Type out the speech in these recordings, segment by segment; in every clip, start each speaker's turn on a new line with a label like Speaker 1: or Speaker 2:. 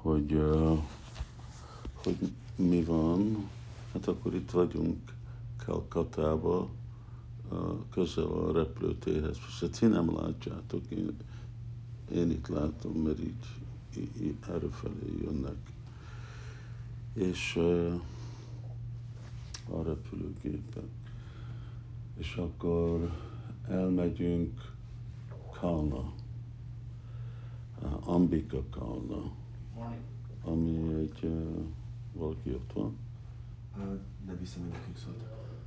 Speaker 1: hogy mi van. Hát akkor itt vagyunk Kalkatába, közel a repülőtérhez. Most ti nem látjátok, én itt látom, mert így errefelé jönnek. És a repülőgépek. És akkor elmegyünk Kalna, Ambika Kalna, ami egy, valaki ott van?
Speaker 2: Ne vissza mindenki szólt.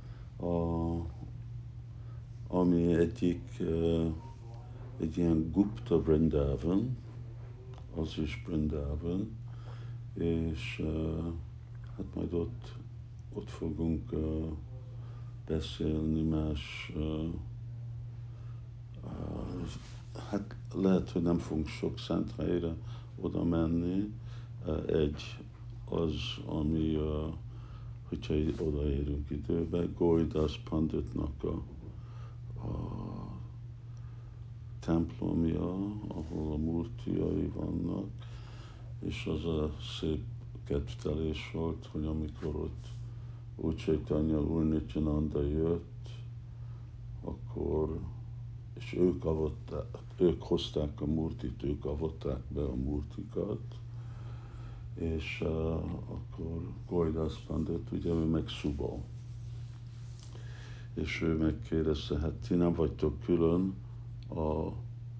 Speaker 1: Ami egyik, egy ilyen Gupta Vrindavan, az is Vrindavan, és hát majd ott fogunk beszélni más, hát lehet, hogy nem fogunk sok szent helyre oda menni. Egy az, ami, hogyha odaérünk időbe, Goridas Panditnak a templomja, ahol a murtiai vannak, és az a szép kedvtelés volt, hogy amikor ott Úr Chaitanya, Úr Nityananda jött, akkor, és ők hozták a murtit, ők avatták be a murtikat, és akkor Goridas Pandit, ugye ő meg Subal. És ő megkérdezte, hát ti nem vagytok külön a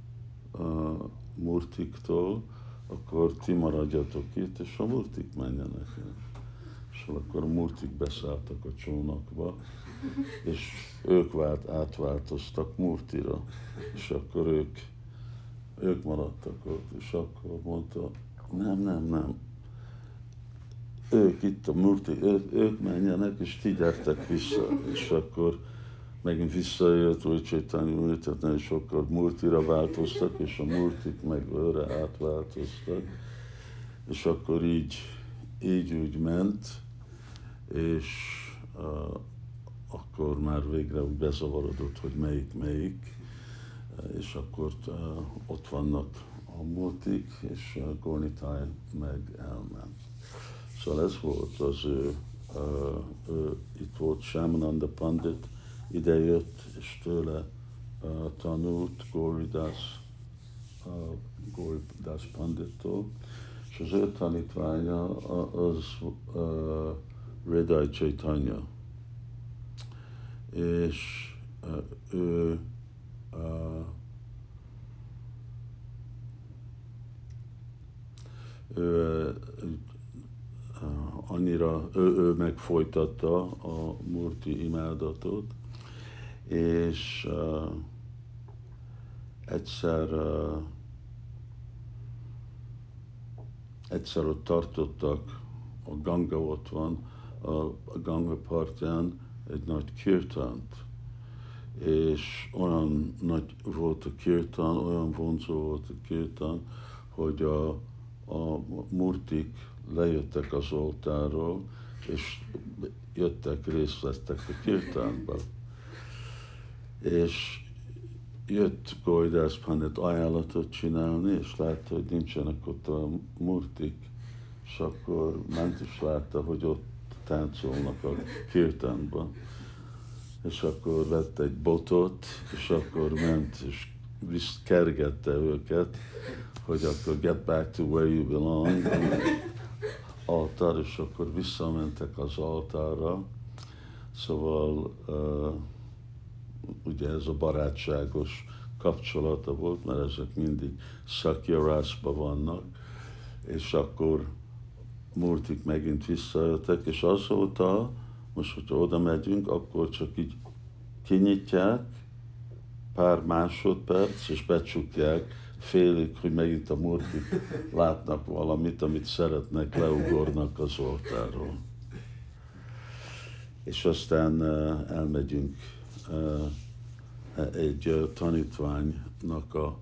Speaker 1: murtiktól, akkor ti maradjatok itt, és a murtik menjenek. És akkor a murtik beszálltak a csónakba, és ők átváltoztak murtira, és akkor ők maradtak ott, és akkor mondta, nem, ők itt a murtik, ők menjenek, és ti gyertek vissza, és akkor megint visszajött Úr Chaitanya Úr, tehát és akkor murtira változtak, és a murtik meg őre átváltoztak, és akkor így úgy ment, és akkor már végre úgy bezavarodott, hogy melyik, és akkor ott vannak a murtik, és Gornitáj meg elment. Szóval ez volt az itt volt Shyamananda Pandit, idejött, és tőle tanult Goridas Pandittól, és az ő tanítványa az Hridaya Chaitanya. És ő annyira, ő megfolytatta a murti imádatot, és egyszer ott tartottak, a Ganga ott van, a Ganga partján egy nagy kirtánt, és olyan nagy volt a kirtán, olyan vonzó volt a kirtán, hogy a murtik lejöttek az oltárról, és részt vettek a kirtánba. És jött Goridas Pandit ajánlatot csinálni, és látta, hogy nincsenek ott a murtik, és akkor ment és látta, hogy ott táncolnak a kirtánba. És akkor vett egy botot, és akkor ment, és kergette őket, hogy akkor get back to where you belong, altár, és akkor visszamentek az altárra. Szóval ugye ez a barátságos kapcsolata volt, mert ezek mindig Sakya-rásban vannak, és akkor murtik megint visszajöttek, és azóta, most, hogyha oda megyünk, akkor csak így kinyitják pár másodperc, és becsukják félig, hogy megint a murtik látnak valamit, amit szeretnek, leugornak az oltáról. És aztán elmegyünk egy tanítványnak a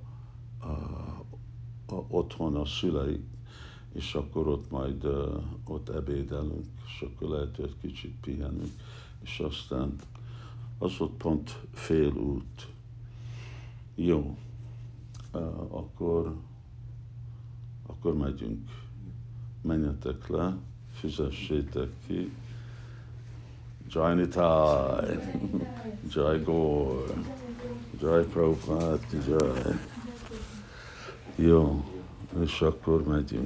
Speaker 1: otthon a szülei, és akkor ott majd ott ebédelünk, és akkor lehet, hogy egy kicsit pihenünk, és aztán az ott pont fél út. Jó, akkor megyünk. menjetek le, fizessétek ki. Jai Nitai, Jai Gaur, Jai Prabhupada ki Jai. Jó, és akkor megyünk.